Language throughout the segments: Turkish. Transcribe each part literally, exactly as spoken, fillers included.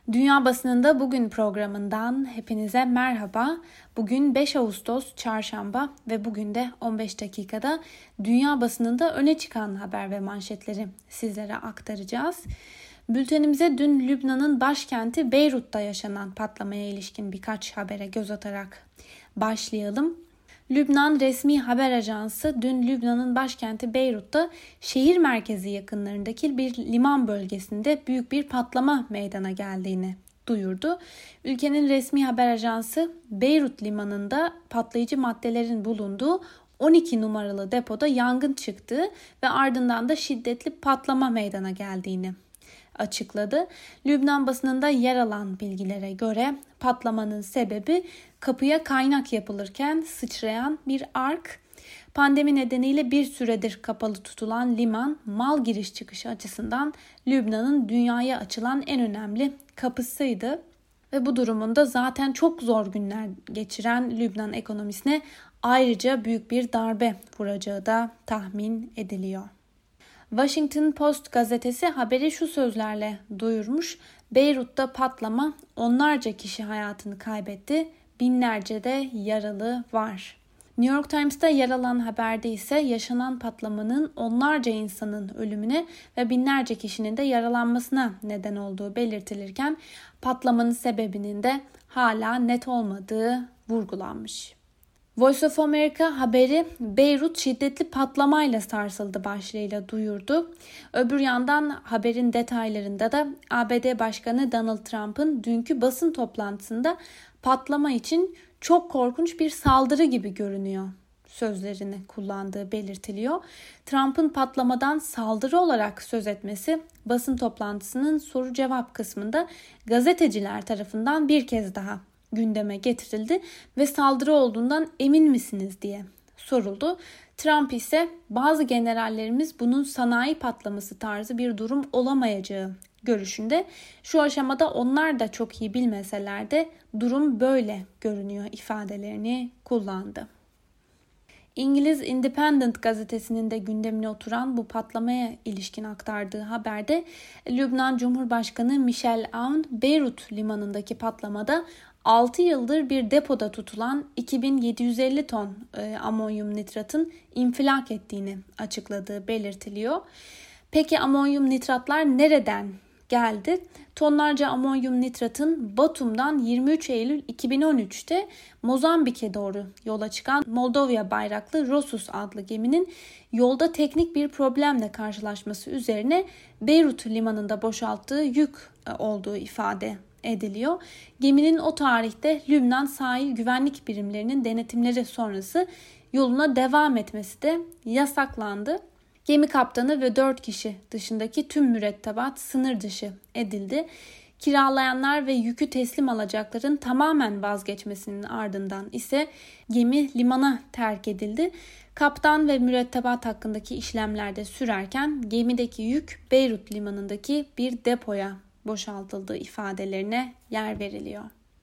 Dünya Basınında Bugün programından hepinize merhaba. Bugün beş Ağustos Çarşamba ve bugün de on beş dakikada dünya basınında öne çıkan haber ve manşetleri sizlere aktaracağız. Bültenimize dün Lübnan'ın başkenti Beyrut'ta yaşanan patlamaya ilişkin birkaç habere göz atarak başlayalım. Lübnan resmi haber ajansı dün Lübnan'ın başkenti Beyrut'ta şehir merkezi yakınlarındaki bir liman bölgesinde büyük bir patlama meydana geldiğini duyurdu. Ülkenin resmi haber ajansı Beyrut limanında patlayıcı maddelerin bulunduğu on iki numaralı depoda yangın çıktığı ve ardından da şiddetli patlama meydana geldiğini açıkladı. Lübnan basınında yer alan bilgilere göre patlamanın sebebi kapıya kaynak yapılırken sıçrayan bir ark. Pandemi nedeniyle bir süredir kapalı tutulan liman mal giriş çıkışı açısından Lübnan'ın dünyaya açılan en önemli kapısıydı. Ve bu durumunda zaten çok zor günler geçiren Lübnan ekonomisine ayrıca büyük bir darbe vuracağı da tahmin ediliyor. Washington Post gazetesi haberi şu sözlerle duyurmuş: Beyrut'ta patlama, onlarca kişi hayatını kaybetti, binlerce de yaralı var. New York Times'ta yer alan haberde ise yaşanan patlamanın onlarca insanın ölümüne ve binlerce kişinin de yaralanmasına neden olduğu belirtilirken patlamanın sebebinin de hala net olmadığı vurgulanmış. Voice of America haberi Beyrut şiddetli patlamayla sarsıldı başlığıyla duyurdu. Öbür yandan haberin detaylarında da A B D Başkanı Donald Trump'ın dünkü basın toplantısında patlama için çok korkunç bir saldırı gibi görünüyor sözlerini kullandığı belirtiliyor. Trump'ın patlamadan saldırı olarak söz etmesi basın toplantısının soru cevap kısmında gazeteciler tarafından bir kez daha gündeme getirildi ve saldırı olduğundan emin misiniz diye soruldu. Trump ise bazı generallerimiz bunun sanayi patlaması tarzı bir durum olamayacağı görüşünde. Şu aşamada onlar da çok iyi bilmeseler de durum böyle görünüyor ifadelerini kullandı. İngiliz Independent gazetesinin de gündemine oturan bu patlamaya ilişkin aktardığı haberde Lübnan Cumhurbaşkanı Michel Aoun, Beyrut limanındaki patlamada altı yıldır bir depoda tutulan iki bin yedi yüz elli ton e, amonyum nitratın infilak ettiğini açıkladığı belirtiliyor. Peki amonyum nitratlar nereden geldi? Tonlarca amonyum nitratın Batum'dan yirmi üç Eylül iki bin on üçte Mozambik'e doğru yola çıkan Moldova bayraklı Rosus adlı geminin yolda teknik bir problemle karşılaşması üzerine Beyrut limanında boşalttığı yük olduğu ifade ediliyor. Geminin o tarihte Lübnan sahil güvenlik birimlerinin denetimleri sonrası yoluna devam etmesi de yasaklandı. Gemi kaptanı ve dört kişi dışındaki tüm mürettebat sınır dışı edildi. Kiralayanlar ve yükü teslim alacakların tamamen vazgeçmesinin ardından ise gemi limana terk edildi. Kaptan ve mürettebat hakkındaki işlemler de sürerken gemideki yük Beyrut limanındaki bir depoya boşaltıldığı ifadelerine yer veriliyor.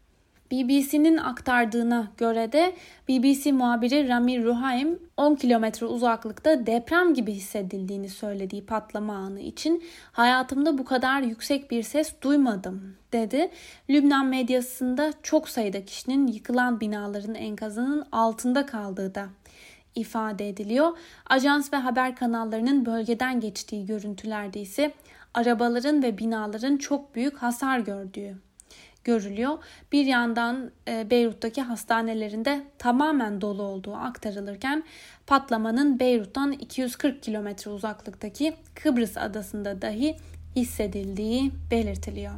B B C'nin aktardığına göre de B B C muhabiri Rami Ruhaim on kilometre uzaklıkta deprem gibi hissedildiğini söylediği patlama anı için hayatımda bu kadar yüksek bir ses duymadım dedi. Lübnan medyasında çok sayıda kişinin yıkılan binaların enkazının altında kaldığı da ifade ediliyor. Ajans ve haber kanallarının bölgeden geçtiği görüntülerde ise arabaların ve binaların çok büyük hasar gördüğü görülüyor. Bir yandan e, Beyrut'taki hastanelerinde tamamen dolu olduğu aktarılırken patlamanın Beyrut'tan iki yüz kırk kilometre uzaklıktaki Kıbrıs adasında dahi hissedildiği belirtiliyor.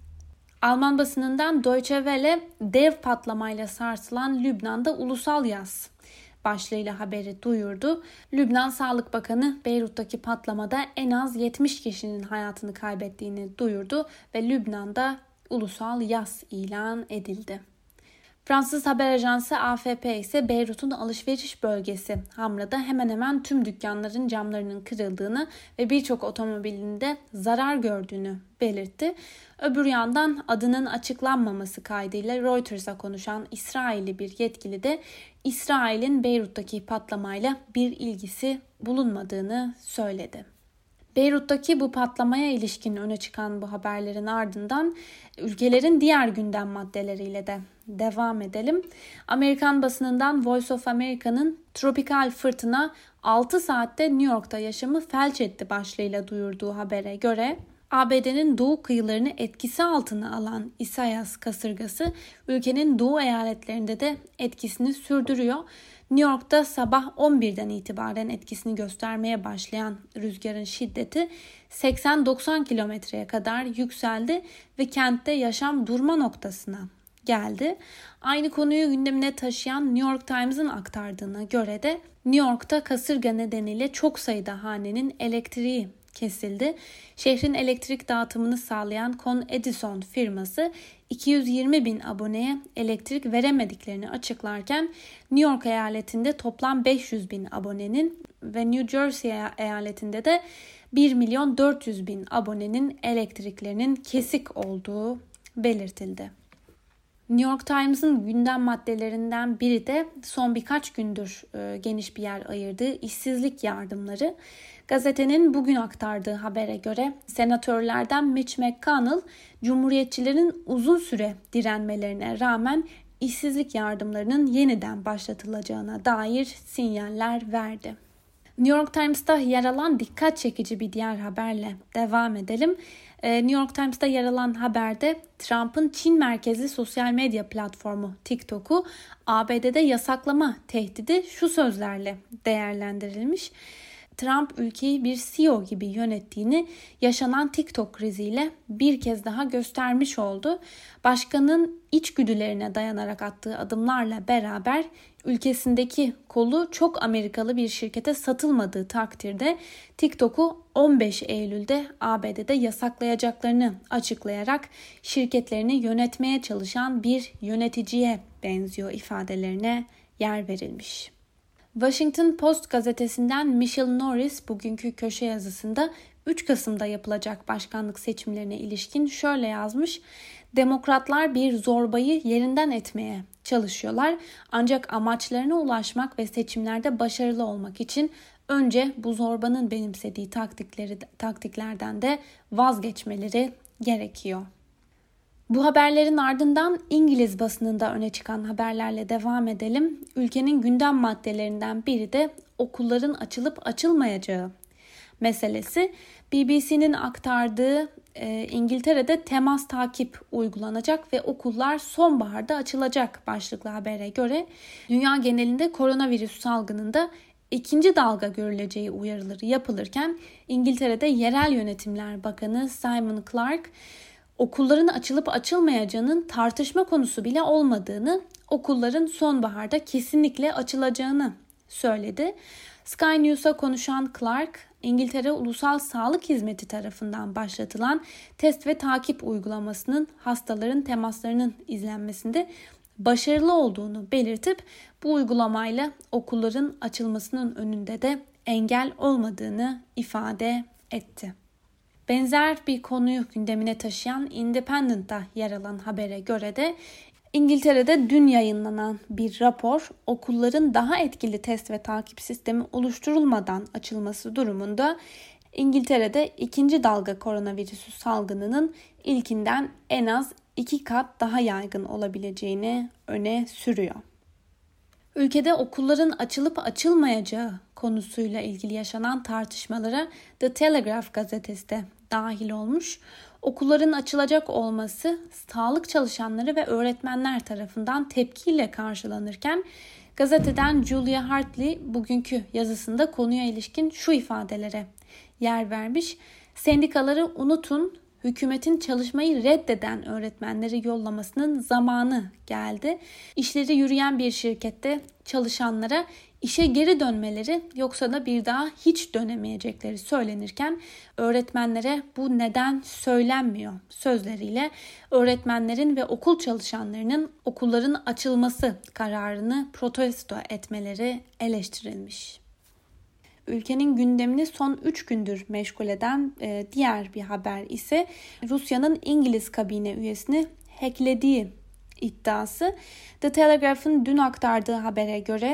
Alman basınından Deutsche Welle dev patlamayla sarsılan Lübnan'da ulusal yas başlığıyla haberi duyurdu. Lübnan Sağlık Bakanı Beyrut'taki patlamada en az yetmiş kişinin hayatını kaybettiğini duyurdu ve Lübnan'da ulusal yas ilan edildi. Fransız haber ajansı A F P ise Beyrut'un alışveriş bölgesi Hamra'da hemen hemen tüm dükkanların camlarının kırıldığını ve birçok otomobilin de zarar gördüğünü belirtti. Öbür yandan adının açıklanmaması kaydıyla Reuters'a konuşan İsrailli bir yetkili de İsrail'in Beyrut'taki patlamayla bir ilgisi bulunmadığını söyledi. Beyrut'taki bu patlamaya ilişkin öne çıkan bu haberlerin ardından ülkelerin diğer gündem maddeleriyle de devam edelim. Amerikan basınından Voice of America'nın tropikal fırtına altı saatte New York'ta yaşamı felç etti başlığıyla duyurduğu habere göre A B D'nin doğu kıyılarını etkisi altına alan Isaias kasırgası ülkenin doğu eyaletlerinde de etkisini sürdürüyor. New York'ta sabah on birden itibaren etkisini göstermeye başlayan rüzgarın şiddeti seksen doksan kilometreye kadar yükseldi ve kentte yaşam durma noktasına geldi. Aynı konuyu gündemine taşıyan New York Times'ın aktardığına göre de New York'ta kasırga nedeniyle çok sayıda hanenin elektriği kesildi. Şehrin elektrik dağıtımını sağlayan Con Edison firması iki yüz yirmi bin aboneye elektrik veremediklerini açıklarken New York eyaletinde toplam beş yüz bin abonenin ve New Jersey eyaletinde de bir milyon dört yüz bin abonenin elektriklerinin kesik olduğu belirtildi. New York Times'ın gündem maddelerinden biri de son birkaç gündür e, geniş bir yer ayırdığı işsizlik yardımları. Gazetenin bugün aktardığı habere göre senatörlerden Mitch McConnell, Cumhuriyetçilerin uzun süre direnmelerine rağmen işsizlik yardımlarının yeniden başlatılacağına dair sinyaller verdi. New York Times'ta yer alan dikkat çekici bir diğer haberle devam edelim. New York Times'ta yer alan haberde Trump'ın Çin merkezli sosyal medya platformu TikTok'u A B D'de yasaklama tehdidi şu sözlerle değerlendirilmiş. Trump ülkeyi bir C E O gibi yönettiğini yaşanan TikTok kriziyle bir kez daha göstermiş oldu. Başkanın içgüdülerine dayanarak attığı adımlarla beraber ülkesindeki kolu çok Amerikalı bir şirkete satılmadığı takdirde TikTok'u on beş Eylül'de A B D'de yasaklayacaklarını açıklayarak şirketlerini yönetmeye çalışan bir yöneticiye benziyor ifadelerine yer verilmiş. Washington Post gazetesinden Michelle Norris bugünkü köşe yazısında üç Kasım'da yapılacak başkanlık seçimlerine ilişkin şöyle yazmış. Demokratlar bir zorbayı yerinden etmeye çalışıyorlar. Ancak amaçlarına ulaşmak ve seçimlerde başarılı olmak için önce bu zorbanın benimsediği taktikleri, taktiklerden de vazgeçmeleri gerekiyor. Bu haberlerin ardından İngiliz basınında öne çıkan haberlerle devam edelim. Ülkenin gündem maddelerinden biri de okulların açılıp açılmayacağı meselesi. B B C'nin aktardığı e, İngiltere'de temas takip uygulanacak ve okullar sonbaharda açılacak başlıklı habere göre dünya genelinde koronavirüs salgınında ikinci dalga görüleceği uyarıları yapılırken İngiltere'de Yerel Yönetimler Bakanı Simon Clarke okulların açılıp açılmayacağının tartışma konusu bile olmadığını, okulların sonbaharda kesinlikle açılacağını söyledi. Sky News'a konuşan Clark, İngiltere Ulusal Sağlık Hizmeti tarafından başlatılan test ve takip uygulamasının hastaların temaslarının izlenmesinde başarılı olduğunu belirtip bu uygulamayla okulların açılmasının önünde de engel olmadığını ifade etti. Benzer bir konuyu gündemine taşıyan Independent'ta yer alan habere göre de İngiltere'de dün yayınlanan bir rapor okulların daha etkili test ve takip sistemi oluşturulmadan açılması durumunda İngiltere'de ikinci dalga koronavirüsü salgınının ilkinden en az iki kat daha yaygın olabileceğini öne sürüyor. Ülkede okulların açılıp açılmayacağı konusuyla ilgili yaşanan tartışmalara The Telegraph gazetesi de dahil olmuş. Okulların açılacak olması sağlık çalışanları ve öğretmenler tarafından tepkiyle karşılanırken gazeteden Julia Hartley bugünkü yazısında konuya ilişkin şu ifadelere yer vermiş. Sendikaları unutun, hükümetin çalışmayı reddeden öğretmenleri yollamasının zamanı geldi. İşleri yürüyen bir şirkette çalışanlara işe geri dönmeleri yoksa da bir daha hiç dönemeyecekleri söylenirken öğretmenlere bu neden söylenmiyor sözleriyle öğretmenlerin ve okul çalışanlarının okulların açılması kararını protesto etmeleri eleştirilmiş. Ülkenin gündemini son üç gündür meşgul eden e, diğer bir haber ise Rusya'nın İngiliz kabine üyesini hacklediği iddiası. The Telegraph'ın dün aktardığı habere göre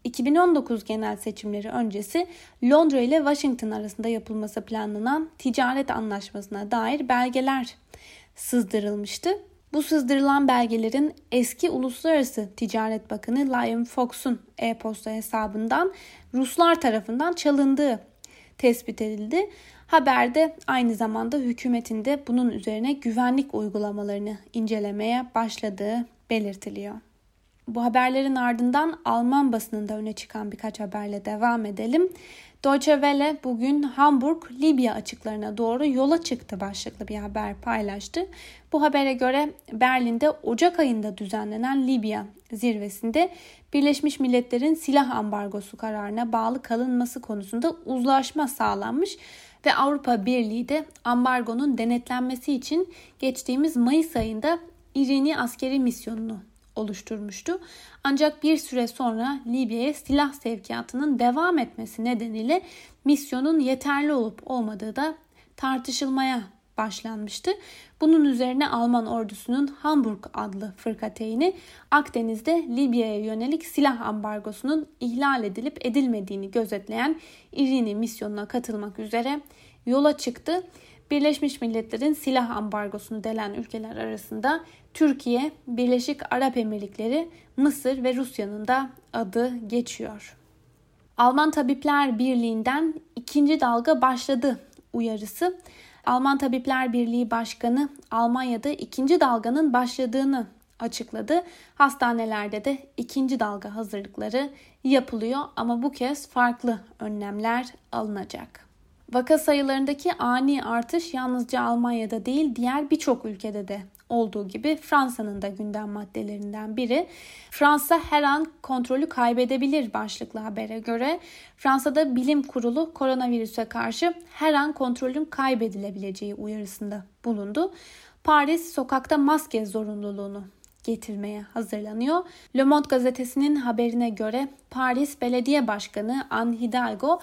iki bin on dokuz genel seçimleri öncesi Londra ile Washington arasında yapılması planlanan ticaret anlaşmasına dair belgeler sızdırılmıştı. Bu sızdırılan belgelerin eski Uluslararası Ticaret Bakanı Liam Fox'un e-posta hesabından Ruslar tarafından çalındığı tespit edildi. Haberde aynı zamanda hükümetin de bunun üzerine güvenlik uygulamalarını incelemeye başladığı belirtiliyor. Bu haberlerin ardından Alman basınında öne çıkan birkaç haberle devam edelim. Deutsche Welle bugün Hamburg-Libya açıklarına doğru yola çıktı başlıklı bir haber paylaştı. Bu habere göre Berlin'de Ocak ayında düzenlenen Libya zirvesinde Birleşmiş Milletler'in silah ambargosu kararına bağlı kalınması konusunda uzlaşma sağlanmış ve Avrupa Birliği de ambargonun denetlenmesi için geçtiğimiz Mayıs ayında İrini askeri misyonunu oluşturmuştu. Ancak bir süre sonra Libya'ya silah sevkiyatının devam etmesi nedeniyle misyonun yeterli olup olmadığı da tartışılmaya başlanmıştı. Bunun üzerine Alman ordusunun Hamburg adlı fırkateyni Akdeniz'de Libya'ya yönelik silah ambargosunun ihlal edilip edilmediğini gözetleyen İrini misyonuna katılmak üzere yola çıktı. Birleşmiş Milletler'in silah ambargosunu delen ülkeler arasında Türkiye, Birleşik Arap Emirlikleri, Mısır ve Rusya'nın da adı geçiyor. Alman Tabipler Birliği'nden ikinci dalga başladı uyarısı. Alman Tabipler Birliği Başkanı Almanya'da ikinci dalganın başladığını açıkladı. Hastanelerde de ikinci dalga hazırlıkları yapılıyor ama bu kez farklı önlemler alınacak. Vaka sayılarındaki ani artış yalnızca Almanya'da değil diğer birçok ülkede de olduğu gibi Fransa'nın da gündem maddelerinden biri. Fransa her an kontrolü kaybedebilir başlıklı habere göre Fransa'da bilim kurulu koronavirüse karşı her an kontrolün kaybedilebileceği uyarısında bulundu. Paris sokakta maske zorunluluğunu getirmeye hazırlanıyor. Le Monde gazetesinin haberine göre Paris Belediye Başkanı Anne Hidalgo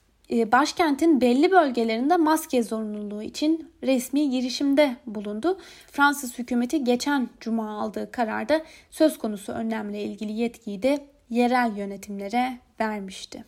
başkentin belli bölgelerinde maske zorunluluğu için resmi girişimde bulundu. Fransız hükümeti geçen cuma aldığı kararda söz konusu önlemle ilgili yetkiyi de yerel yönetimlere vermişti.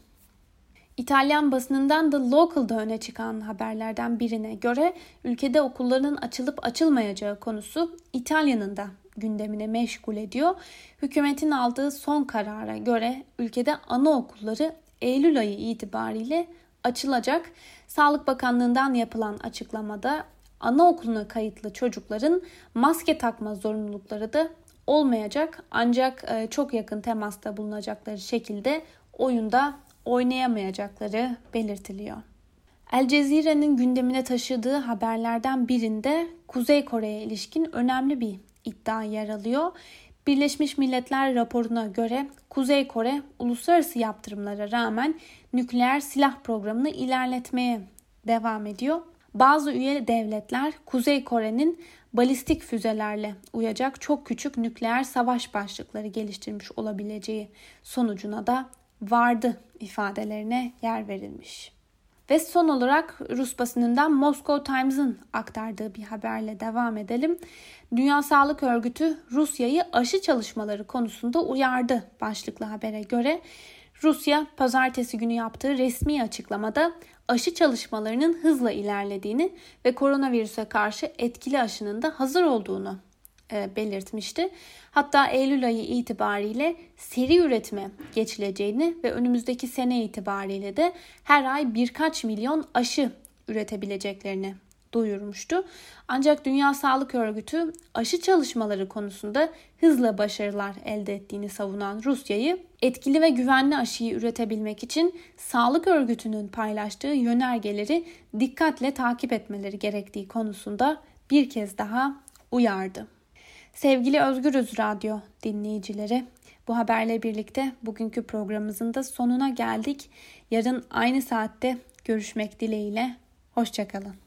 İtalyan basınından The Local'da öne çıkan haberlerden birine göre ülkede okulların açılıp açılmayacağı konusu İtalya'nın da gündemine meşgul ediyor. Hükümetin aldığı son karara göre ülkede anaokulları Eylül ayı itibariyle açılacak. Sağlık Bakanlığı'ndan yapılan açıklamada anaokuluna kayıtlı çocukların maske takma zorunlulukları da olmayacak. Ancak çok yakın temasta bulunacakları şekilde oyunda oynayamayacakları belirtiliyor. El Cezire'nin gündemine taşıdığı haberlerden birinde Kuzey Kore'ye ilişkin önemli bir iddia yer alıyor. Birleşmiş Milletler raporuna göre Kuzey Kore uluslararası yaptırımlara rağmen nükleer silah programını ilerletmeye devam ediyor. Bazı üye devletler Kuzey Kore'nin balistik füzelerle uyacak çok küçük nükleer savaş başlıkları geliştirmiş olabileceği sonucuna da vardı ifadelerine yer verilmiş. Ve son olarak Rus basınından Moscow Times'ın aktardığı bir haberle devam edelim. Dünya Sağlık Örgütü Rusya'yı aşı çalışmaları konusunda uyardı başlıklı habere göre. Rusya pazartesi günü yaptığı resmi açıklamada aşı çalışmalarının hızla ilerlediğini ve koronavirüse karşı etkili aşının da hazır olduğunu e, belirtmişti. Hatta Eylül ayı itibariyle seri üretime geçileceğini ve önümüzdeki sene itibariyle de her ay birkaç milyon aşı üretebileceklerini duyurmuştu. Ancak Dünya Sağlık Örgütü aşı çalışmaları konusunda hızla başarılar elde ettiğini savunan Rusya'yı etkili ve güvenli aşıyı üretebilmek için Sağlık Örgütü'nün paylaştığı yönergeleri dikkatle takip etmeleri gerektiği konusunda bir kez daha uyardı. Sevgili Özgürüz Radyo dinleyicileri, bu haberle birlikte bugünkü programımızın da sonuna geldik. Yarın aynı saatte görüşmek dileğiyle. Hoşça kalın.